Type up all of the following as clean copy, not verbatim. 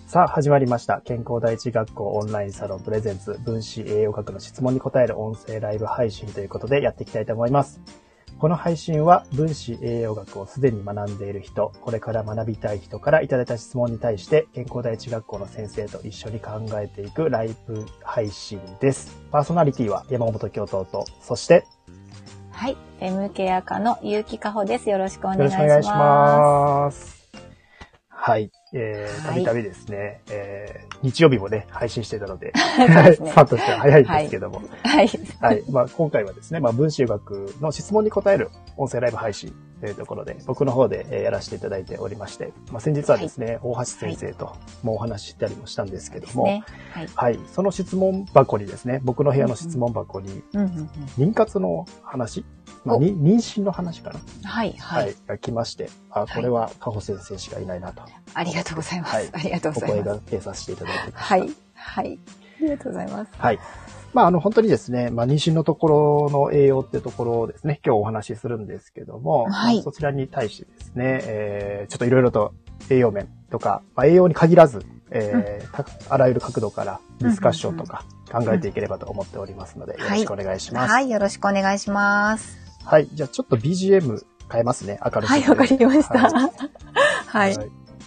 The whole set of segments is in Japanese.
さあ、始まりました。健康第一学校オンラインサロンプレゼンツ分子栄養学の質問に答える音声ライブ配信ということでやっていきたいと思います。この配信は分子栄養学をすでに学んでいる人、これから学びたい人からいただいた質問に対して健康第一学校の先生と一緒に考えていくライブ配信です。パーソナリティは山本教頭と、そしてはい、フェムケア科の結城かほです。よろしくお願いします。 よろしくお願いします。はい。たびたびですね、日曜日もね、配信していたので、ね、スタートしては早いんですけども。 はい。 はい。まあ、今回はですね、分子学の質問に答える音声ライブ配信というところで、僕の方でやらせていただいておりまして、先日はですね、大橋先生ともお話ししたりもしたんですけども、はい。その質問箱にですね、僕の部屋の質問箱に、妊活の話、妊娠の話かな。はい。が来まして、これはかほ先生しかいないなと。 ありがとうございます。ありがとうございます。 お声掛けさせていただいてました。 はい。ありがとうございます。 はい。本当にですね、妊娠のところの栄養っていうところをですね、今日お話しするんですけども、そちらに対してですね、ちょっといろいろと栄養面とか、栄養に限らず、あらゆる角度からディスカッションとか考えていければと思っておりますので、よろしくお願いします。 はい、よろしくお願いします。 はい。じゃあちょっと BGM 変えますね。明るく。 はい、わかりました。はい。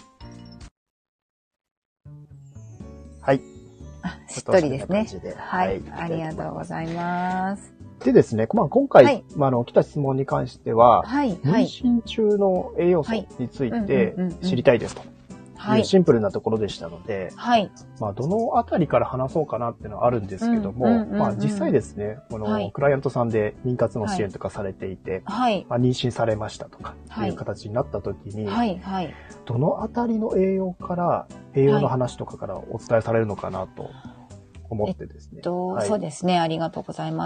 はい。しっとりですね。はい。ありがとうございます。 でですね、今回、来た質問に関しては、妊娠中の栄養素について知りたいですと。シンプルなところでしたので、どのあたりから話そうかなっていうのはあるんですけども、実際ですね、このクライアントさんで妊活の支援とかされていて、妊娠されましたとかいう形になった時に、どのあたりの栄養の話とかからお伝えされるのかなと思ってですね。 そうですね、ありがとうございます。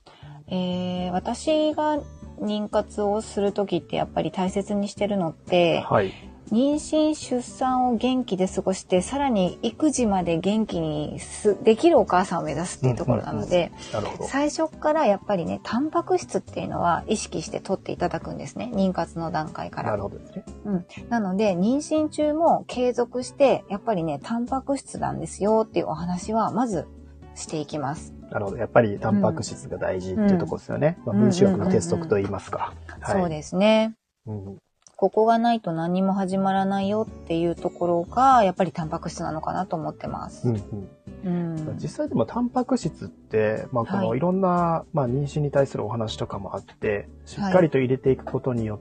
私が妊活をする時ってやっぱり大切にしてるのって、妊娠出産を元気で過ごして、さらに育児まで元気にできるお母さんを目指すっていうところなので、最初からやっぱりね、タンパク質っていうのは意識して取っていただくんですね。妊活の段階から。 なるほどですね。 なので、妊娠中も継続して、やっぱりね、タンパク質なんですよっていうお話は、まずしていきます。 なるほど。やっぱりタンパク質が大事っていうところですよね。分子学の鉄則と言いますか。 そうですね。ここがないと何も始まらないよっていうところが、やっぱりタンパク質なのかなと思ってます。 実際でもタンパク質って、このいろんな、妊娠に対するお話とかもあって、しっかりと入れていくことによって、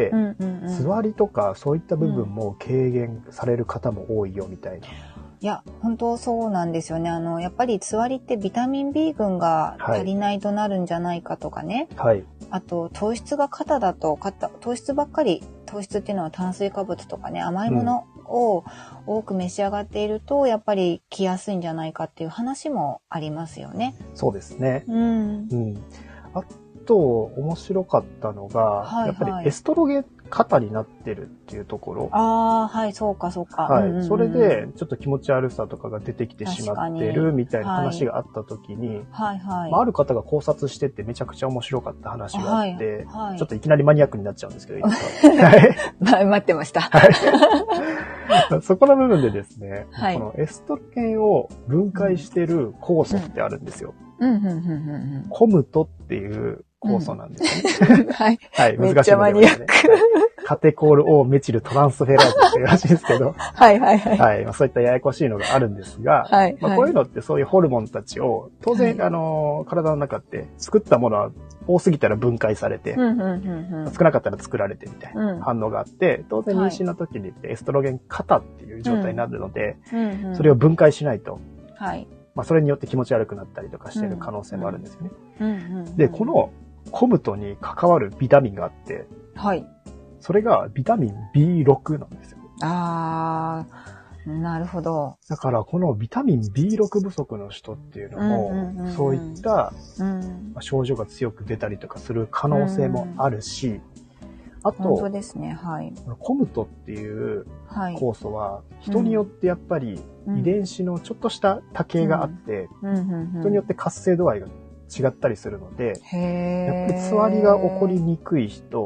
座りとかそういった部分も軽減される方も多いよみたいな。 いや、本当そうなんですよね。やっぱりつわりってビタミン B 群が足りないとなるんじゃないかとかね。あと、糖質が肩だと、糖質ばっかり、糖質っていうのは炭水化物とかね、甘いものを多く召し上がっていると、やっぱり来やすいんじゃないかっていう話もありますよね。 そうですね。あと、面白かったのが、やっぱりエストロゲン過多になってるっていうところ。 そうか。それで、ちょっと気持ち悪さとかが出てきてしまってるみたいな話があった時に、ある方が考察しててめちゃくちゃ面白かった話があって、ちょっといきなりマニアックになっちゃうんですけど、いいですか？待ってました。 そこの部分でですね、このエストロゲンを分解してる酵素ってあるんですよ。コムトっていう酵素なんですね。 めっちゃマニアック。 カテコール O メチルトランスフェラーゼっていうらしいんですけど。そういったややこしいのがあるんですが、こういうのってそういうホルモンたちを、当然、体の中って作ったものは多すぎたら分解されて、少なかったら作られてみたいな反応があって、当然妊娠の時にエストロゲン過多っていう状態になるので、それを分解しないと、それによって気持ち悪くなったりとかしている可能性もあるんですよね。で、このコムトに関わるビタミンがあって、それがビタミン B6 なんですよ。 なるほど。 だからこのビタミン B6 不足の人っていうのも、そういった症状が強く出たりとかする可能性もあるし、あと、 本当ですね。 コムトっていう酵素は、人によってやっぱり遺伝子のちょっとした多形があって、人によって活性度合いが違ったりするので、やっぱりつわりが起こりにくい人、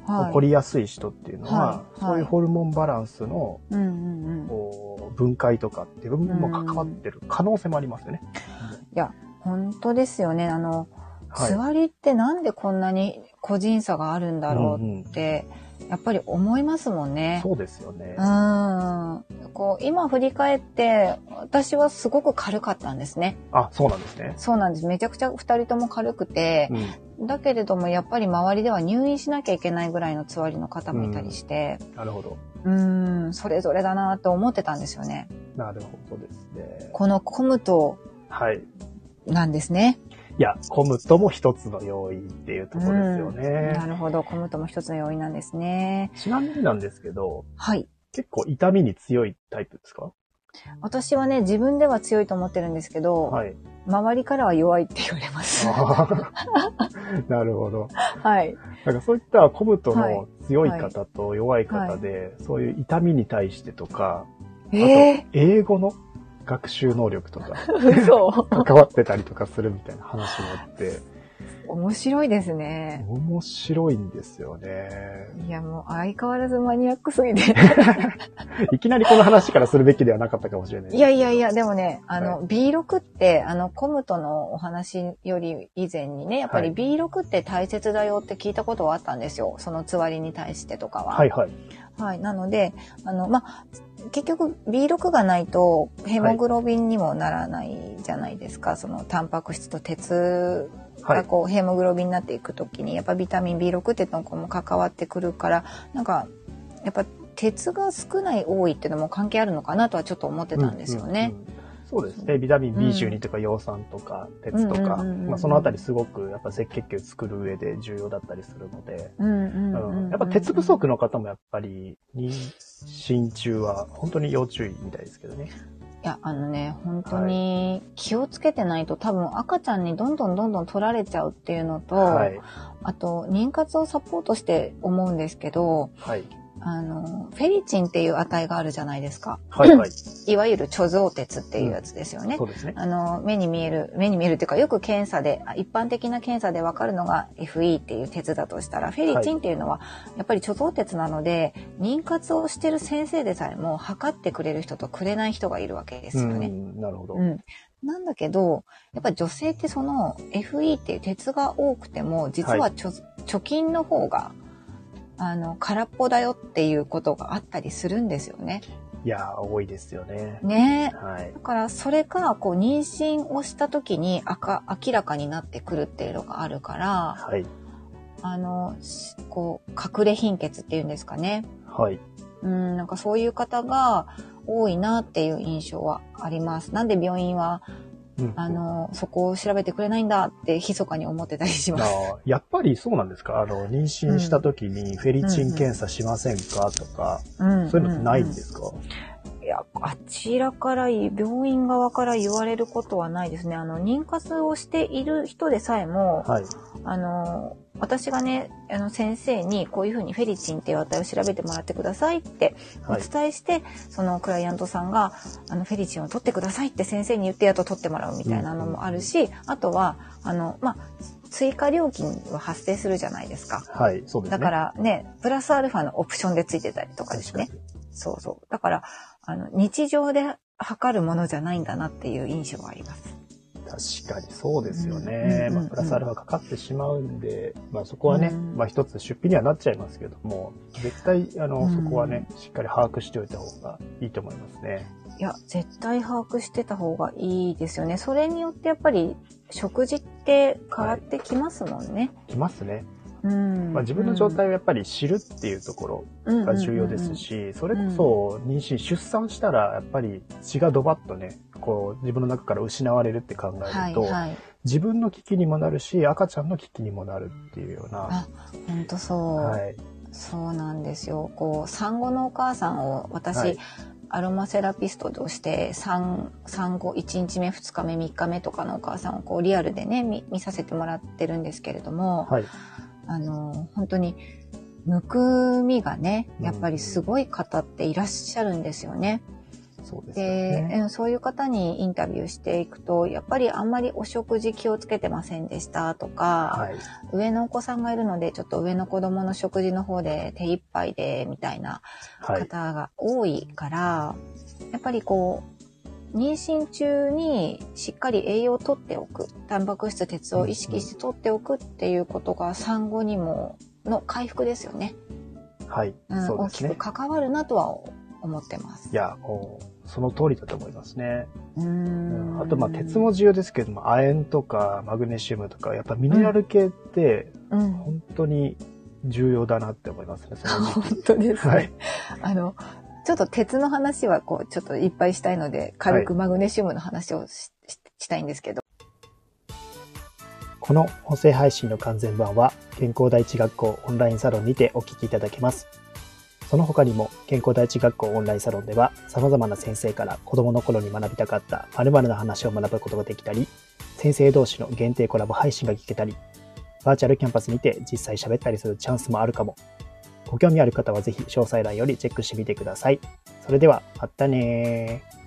起こりやすい人っていうのは、そういうホルモンバランスの、分解とかっていう部分も関わってる可能性もありますよね。 いや、本当ですよね。つわりってなんでこんなに個人差があるんだろうって、やっぱり思いますもんね。 そうですよね。 今振り返って、私はすごく軽かったんですね。 あ、そうなんですね。 そうなんです。めちゃくちゃ二人とも軽くて、だけれどもやっぱり周りでは入院しなきゃいけないぐらいのつわりの方もいたりして、 なるほど。 それぞれだなと思ってたんですよね。 なるほどですね。 このコムトなんですね。 いや、コムトも一つの要因っていうところですよね。 なるほど。コムトも一つの要因なんですね。 ちなみになんですけど、 はい。 結構痛みに強いタイプですか？ 私はね、自分では強いと思ってるんですけど、周りからは弱いって言われます。 なるほど。 はい。 なんかそういったコムトの強い方と弱い方で、そういう痛みに対してとか、あと英語の学習能力とか関わってたりとかするみたいな話もあって面白いですね。 面白いんですよね。 いやもう相変わらずマニアックすぎていきなりこの話からするべきではなかったかもしれない。 いやでもねB6 ってコムトのお話より以前にねやっぱり B6 って大切だよって聞いたことはあったんですよ。そのつわりに対してとかは。はい。なので結局 B6 がないとヘモグロビンにもならないじゃないですか。そのタンパク質と鉄がヘモグロビンになっていくときにやっぱビタミン B6 ってのも関わってくるからなんかやっぱ鉄が少ない多いっていうのも関係あるのかなとはちょっと思ってたんですよね。 そうですね。ビタミン B12 とか葉酸とか鉄とか、そのあたりすごくやっぱ赤血球を作る上で重要だったりするので、やっぱ鉄不足の方もやっぱり妊娠中は本当に要注意みたいですけどね。 いや、本当に気をつけてないと多分赤ちゃんにどんどん取られちゃうっていうのと、あと妊活をサポートして思うんですけど、フェリチンっていう値があるじゃないですか。いわゆる貯蔵鉄っていうやつですよね。 そうですね。 目に見えるっていうかよく検査で、一般的な検査でわかるのが FE っていう鉄だとしたら、フェリチンっていうのはやっぱり貯蔵鉄なので、妊活をしてる先生でさえも測ってくれる人とくれない人がいるわけですよね。 なるほど。 なんだけど、やっぱり女性ってその FE っていう鉄が多くても、実は貯金の方が空っぽだよっていうことがあったりするんですよね。 いや、多いですよね。 だからそれが妊娠をした時に明らかになってくるっていうのがあるから、隠れ貧血っていうんですかね。なんかそういう方が多いなっていう印象はあります。なんで病院はそこを調べてくれないんだって密かに思ってたりします。 やっぱりそうなんですか？妊娠した時にフェリチン検査しませんかとか、そういうのってないんですか？ いや、あちらから病院側から言われることはないですね。妊活をしている人でさえも、私がね、先生にこういうふうにフェリチンっていう値を調べてもらってくださいってお伝えして、そのクライアントさんがフェリチンを取ってくださいって先生に言ってやっと取ってもらうみたいなのもあるし、あとは追加料金は発生するじゃないですか。 そうですね。 だからね、プラスアルファのオプションでついてたりとかですね。だから日常で測るものじゃないんだなっていう印象はあります。 確かにそうですよね。プラスアルファかかってしまうんで、そこはね、一つ出費にはなっちゃいますけども、絶対そこはね、しっかり把握しておいた方がいいと思いますね。 いや、絶対把握してた方がいいですよね。それによってやっぱり食事って変わってきますもんね。 きますね。自分の状態をやっぱり知るっていうところが重要ですし、それこそ妊娠、出産したらやっぱり血がドバッとね、自分の中から失われるって考えると、自分の危機にもなるし、赤ちゃんの危機にもなるっていうような。 本当そう。そうなんですよ。産後のお母さんを私、アロマセラピストとして産後1日目2日目3日目とかのお母さんをリアルでね 見させてもらってるんですけれども、本当にむくみがねやっぱりすごい方っていらっしゃるんですよね。 そうですよね。 そういう方にインタビューしていくと、やっぱりあんまりお食事気をつけてませんでしたとか、はい、上のお子さんがいるので、ちょっと上の子供の食事の方で手一杯で、みたいな方が多いから、はい、やっぱりこう、妊娠中にしっかり栄養をとっておく、タンパク質、鉄を意識してとっておくっていうことが産後にもの回復ですよね。 はい、そうですね。 大きく関わるなとは思ってます。 いや、その通りだと思いますね。あと、鉄も重要ですけども、亜鉛とかマグネシウムとか、やっぱミネラル系って、本当に重要だなって思いますね、その時期。 本当ですね。はい。ちょっと鉄の話はちょっといっぱいしたいので、軽くマグネシウムの話をしたいんですけど。 この音声配信の完全版は、健康第一学校オンラインサロンにてお聞きいただけます。その他にも、健康第一学校オンラインサロンでは、様々な先生から子供の頃に学びたかった〇〇な話を学ぶことができたり、先生同士の限定コラボ配信が聞けたり、バーチャルキャンパスにて実際喋ったりするチャンスもあるかも。ご興味ある方はぜひ詳細欄よりチェックしてみてください。それでは、またねー。